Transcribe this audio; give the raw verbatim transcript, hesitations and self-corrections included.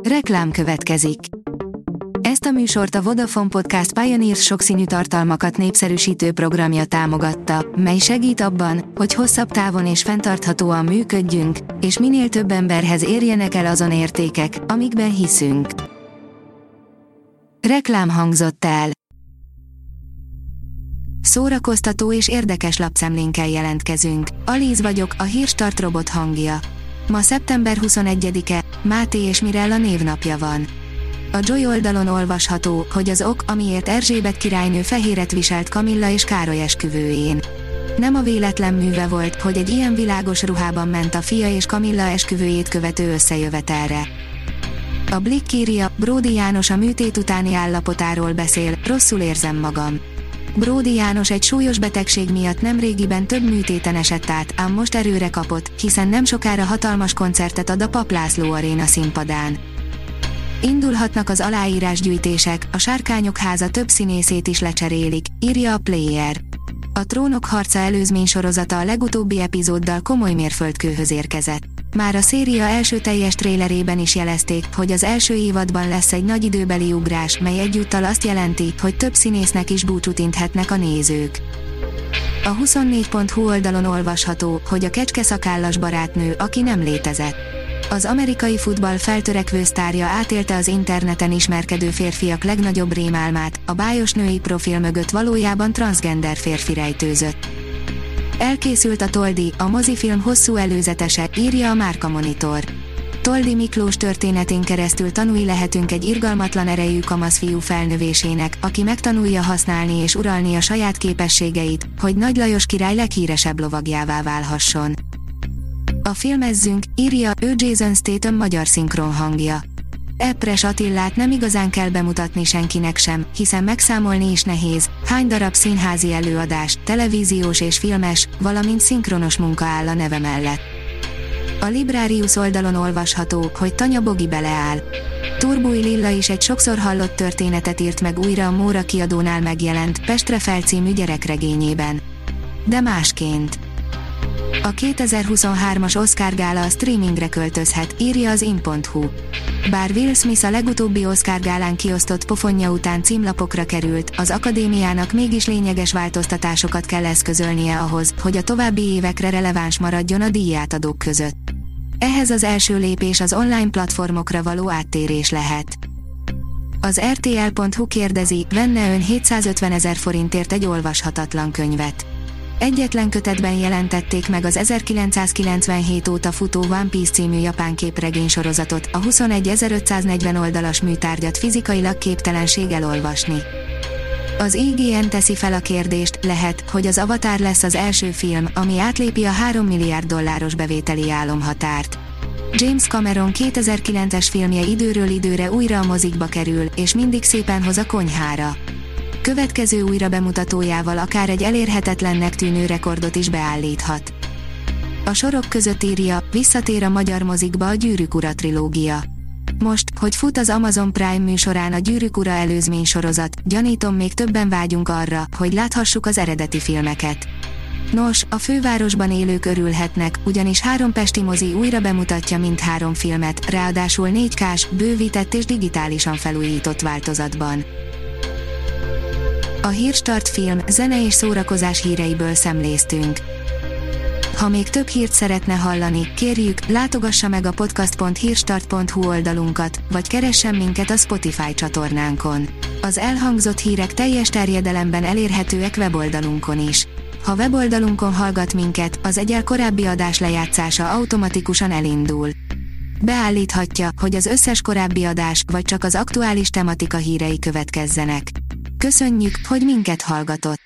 Reklám következik. Ezt a műsort a Vodafone Podcast Pioneers sokszínű tartalmakat népszerűsítő programja támogatta, mely segít abban, hogy hosszabb távon és fenntarthatóan működjünk, és minél több emberhez érjenek el azon értékek, amikben hiszünk. Reklám hangzott el. Szórakoztató és érdekes lapszemlénkkel jelentkezünk. Alíz vagyok, a Hírstart robot hangja. Ma szeptember huszonegyedike, Máté és Mirella névnapja van. A Joy oldalon olvasható, hogy az ok, amiért Erzsébet királynő fehéret viselt Kamilla és Károly esküvőjén. Nem a véletlen műve volt, hogy egy ilyen világos ruhában ment a fia és Kamilla esküvőjét követő összejövetelre. A Blick írja, Bródi János a műtét utáni állapotáról beszél, rosszul érzem magam. Bródi János egy súlyos betegség miatt nemrégiben több műtéten esett át, ám most erőre kapott, hiszen nem sokára hatalmas koncertet ad a Papp László Aréna színpadán. Indulhatnak az aláírásgyűjtések, a Sárkányok háza több színészét is lecserélik, írja a Player. A Trónok harca előzmény sorozata a legutóbbi epizóddal komoly mérföldkőhöz érkezett. Már a széria első teljes trélerében is jelezték, hogy az első évadban lesz egy nagy időbeli ugrás, mely egyúttal azt jelenti, hogy több színésznek is búcsút inthetnek a nézők. A huszonnégy pont hu oldalon olvasható, hogy a kecskeszakállas barátnő, aki nem létezett. Az amerikai futball feltörekvő sztárja átélte az interneten ismerkedő férfiak legnagyobb rémálmát, a bájos női profil mögött valójában transzgender férfi rejtőzött. Elkészült a Toldi, a mozifilm hosszú előzetese, írja a Márka Monitor. Toldi Miklós történetén keresztül tanúi lehetünk egy irgalmatlan erejű kamaszfiú felnövésének, aki megtanulja használni és uralni a saját képességeit, hogy Nagy Lajos király leghíresebb lovagjává válhasson. A Filmezzünk, írja, ő Jason Statham magyar szinkron hangja. Epres Attillát nem igazán kell bemutatni senkinek sem, hiszen megszámolni is nehéz, hány darab színházi előadás, televíziós és filmes, valamint szinkronos munka áll a neve mellett. A Librarius oldalon olvasható, hogy Tanya Bogi beleáll. Turbói Lilla is egy sokszor hallott történetet írt meg újra a Móra kiadónál megjelent Pestre fel című gyerekregényében. De másként. A kétezer-huszonhármas Oscar gála a streamingre költözhet, írja az in pont hu. Bár Will Smith a legutóbbi Oscar gálán kiosztott pofonja után címlapokra került, az akadémiának mégis lényeges változtatásokat kell eszközölnie ahhoz, hogy a további évekre releváns maradjon a díjátadók között. Ehhez az első lépés az online platformokra való áttérés lehet. Az er té el pont hu kérdezi, venne ön hétszázötvenezer forintért egy olvashatatlan könyvet. Egyetlen kötetben jelentették meg az ezerkilencszázkilencvenhét óta futó One Piece című japán képregény sorozatot, a huszonegyezer-ötszáznegyven oldalas műtárgyat fizikailag képtelenség elolvasni. Az i gé en teszi fel a kérdést, lehet, hogy az Avatar lesz az első film, ami átlépi a három milliárd dolláros bevételi álomhatárt. James Cameron kétezer-kilences filmje időről időre újra a mozikba kerül, és mindig szépen hoz a konyhára. Következő újra bemutatójával akár egy elérhetetlennek tűnő rekordot is beállíthat. A sorok között írja, visszatér a magyar mozikba a Gyűrűk ura trilógia. Most, hogy fut az Amazon Prime műsorán a Gyűrűk ura előzmény sorozat, gyanítom még többen vágyunk arra, hogy láthassuk az eredeti filmeket. Nos, a fővárosban élők örülhetnek, ugyanis három pesti mozi újra bemutatja mindhárom filmet, ráadásul négy kás, bővített és digitálisan felújított változatban. A Hírstart film, zene és szórakozás híreiből szemléztünk. Ha még több hírt szeretne hallani, kérjük, látogassa meg a podcast pont hírstart pont hu oldalunkat, vagy keressen minket a Spotify csatornánkon. Az elhangzott hírek teljes terjedelemben elérhetőek weboldalunkon is. Ha weboldalunkon hallgat minket, az egyel korábbi adás lejátszása automatikusan elindul. Beállíthatja, hogy az összes korábbi adás, vagy csak az aktuális tematika hírei következzenek. Köszönjük, hogy minket hallgatott!